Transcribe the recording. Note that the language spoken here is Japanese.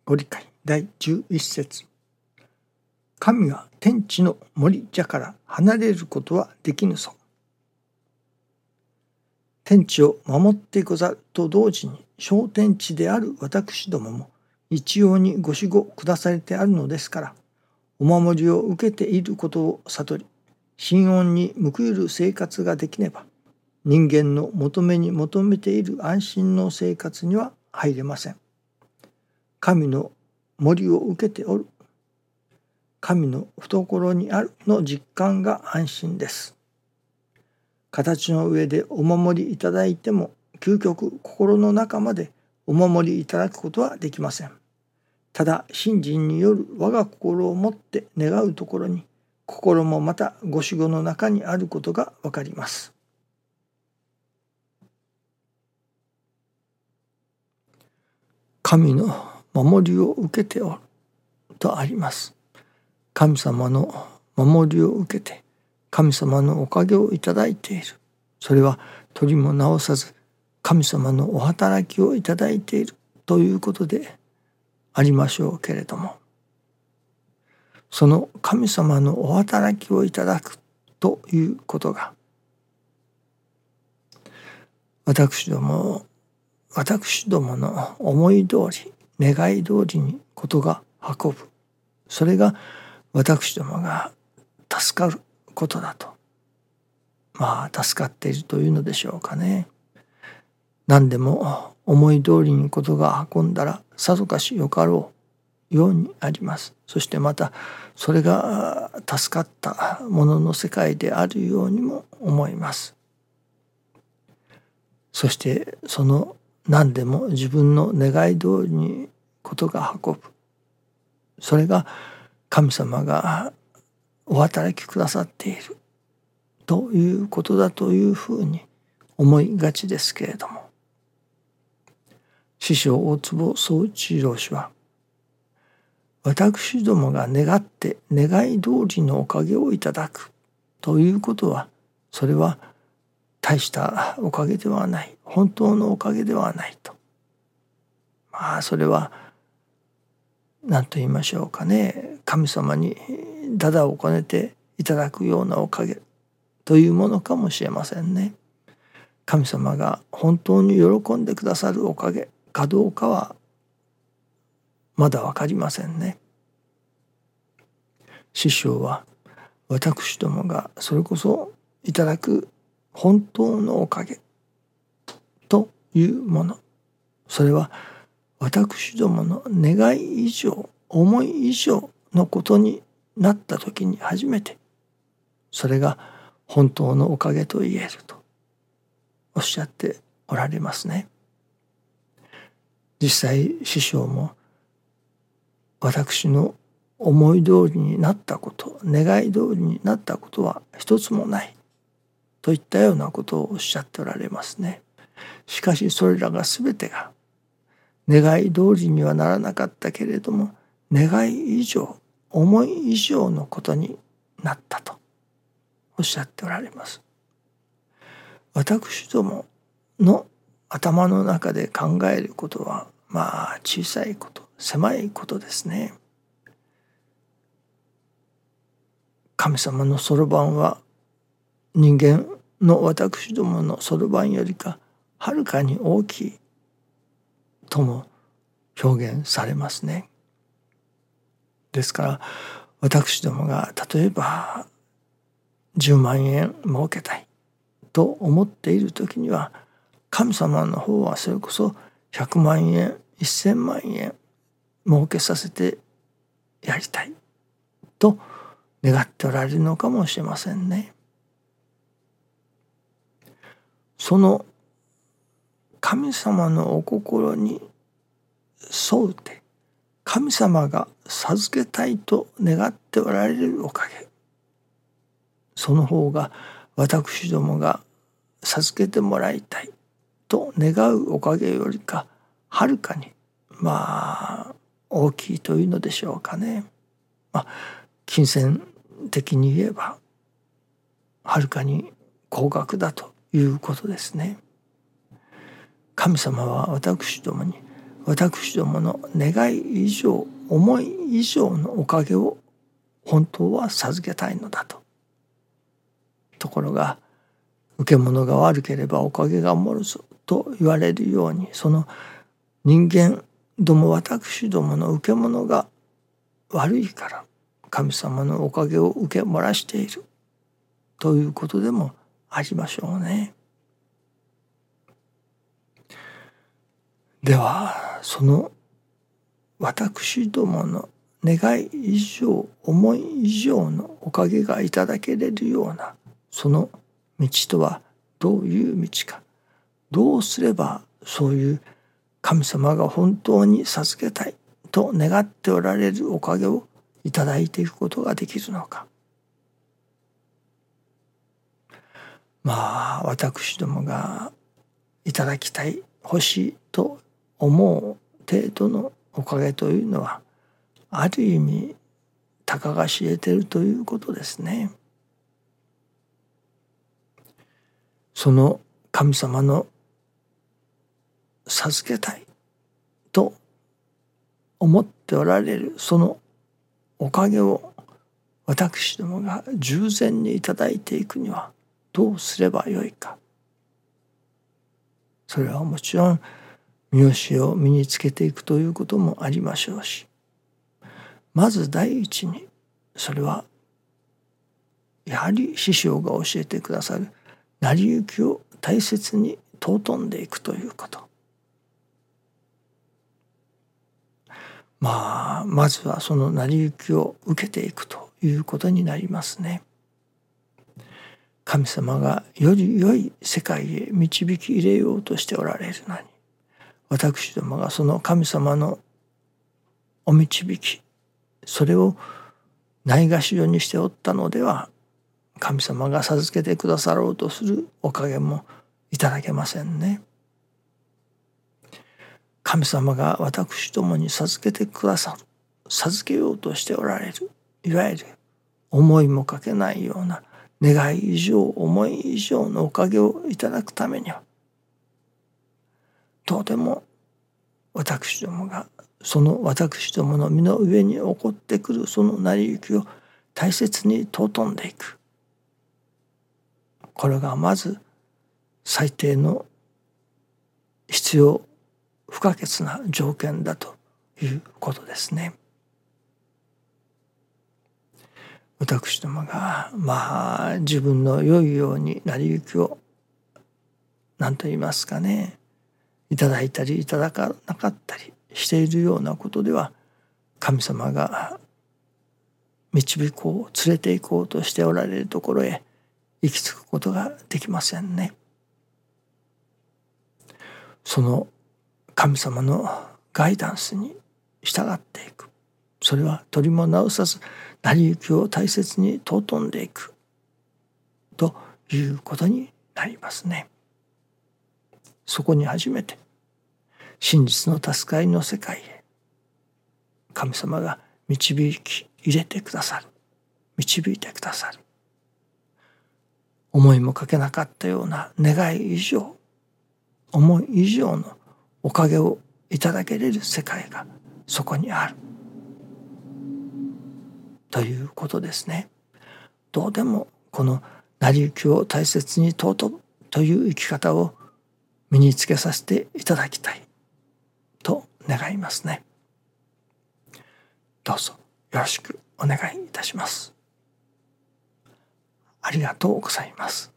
ご理解第11節。神が天地の森じゃから離れることはできぬぞ。天地を守ってござると同時に小天地である私どもも一様にご守護下されてあるのですから、お守りを受けていることを悟り、心恩に報いる生活ができねば、人間の求めに求めている安心の生活には入れません。神の森を受けておる、神の懐にあるの実感が安心です。形の上でお守りいただいても、究極心の中までお守りいただくことはできません。ただ信心による我が心をもって願うところに、心もまたご守護の中にあることがわかります。神の守りを受けておるとあります。神様の守りを受けて神様のおかげをいただいている。それは取りも直さず神様のお働きをいただいているということでありましょうけれども、その神様のお働きをいただくということが、私どもの思い通り願い通りにことが運ぶ、それが私どもが助かることだと、助かっているというのでしょうかね。何でも思い通りにことが運んだらさぞかしよかろうようにあります。そしてまたそれが助かったものの世界であるようにも思います。そしてその何でも自分の願い通りにことが運ぶ、それが神様がお働きくださっているということだというふうに思いがちですけれども、師匠大坪宗一郎氏は、私どもが願って願い通りのおかげをいただくということは、それは大したおかげではない、本当のおかげではないと。それは何と言いましょうかね、神様にだだをこねていただくようなおかげというものかもしれませんね。神様が本当に喜んでくださるおかげかどうかはまだ分かりませんね。師匠は、私どもがそれこそいただく本当のおかげというもの、それは私どもの願い以上、思い以上のことになった時に初めて、それが本当のおかげと言えるとおっしゃっておられますね。実際師匠も、私の思い通りになったこと、願い通りになったことは一つもないといったようなことをおっしゃっておられますね。しかしそれらが全てが願い通りにはならなかったけれども、願い以上、思い以上のことになったとおっしゃっておられます。私どもの頭の中で考えることは小さいこと、狭いことですね。神様のそろばんは人間の私どものそろばんよりかはるかに大きいとも表現されますね。ですから私どもが例えば10万円儲けたいと思っている時には、神様の方はそれこそ100万円1000万円儲けさせてやりたいと願っておられるのかもしれませんね。その神様のお心に沿うて、神様が授けたいと願っておられるおかげ、その方が私どもが授けてもらいたいと願うおかげよりかはるかに大きいというのでしょうかね。金銭的に言えばはるかに高額だということですね。神様は私どもに私どもの願い以上、思い以上のおかげを本当は授けたいのだと。ところが受け物が悪ければおかげが漏るぞと言われるように、その人間ども私どもの受け物が悪いから神様のおかげを受け漏らしているということでもありましょうね。ではその私どもの願い以上、思い以上のおかげがいただけれるようなその道とはどういう道か、どうすればそういう神様が本当に授けたいと願っておられるおかげをいただいていくことができるのか。私どもがいただきたい、欲しいと思う程度のおかげというのはある意味たかが知れているということですね。その神様の授けたいと思っておられるそのおかげを私どもが従前にいただいていくにはどうすればよいか。それはもちろん見教を身につけていくということもありましょうし、まず第一にそれはやはり師匠が教えてくださる成り行きを大切に尊んでいくということ。まずはその成り行きを受けていくということになりますね。神様がより良い世界へ導き入れようとしておられるのに、私どもがその神様のお導き、それをないがしろにしておったのでは、神様が授けてくださろうとするおかげもいただけませんね。神様が私どもに授けてくださる、授けようとしておられる、いわゆる思いもかけないような願い以上、思い以上のおかげをいただくためには、とても私どもがその私どもの身の上に起こってくるその成り行きを大切に尊んでいく。これがまず最低の必要不可欠な条件だということですね。私どもが自分の良いように成り行きを何と言いますかね、いただいたりいただかなかったりしているようなことでは、神様が導こう、連れて行こうとしておられるところへ行き着くことができませんね。その神様のガイダンスに従っていく、それは取りも直さず成り行きを大切に尊んでいくということになりますね。そこに初めて真実の助かりの世界へ神様が導き入れてくださる、導いてくださる。思いもかけなかったような願い以上、思い以上のおかげをいただけれる世界がそこにあるということですね。どうでもこの成り行きを大切に尊ぶという生き方を身につけさせていただきたいと願いますね。どうぞよろしくお願いいたします。ありがとうございます。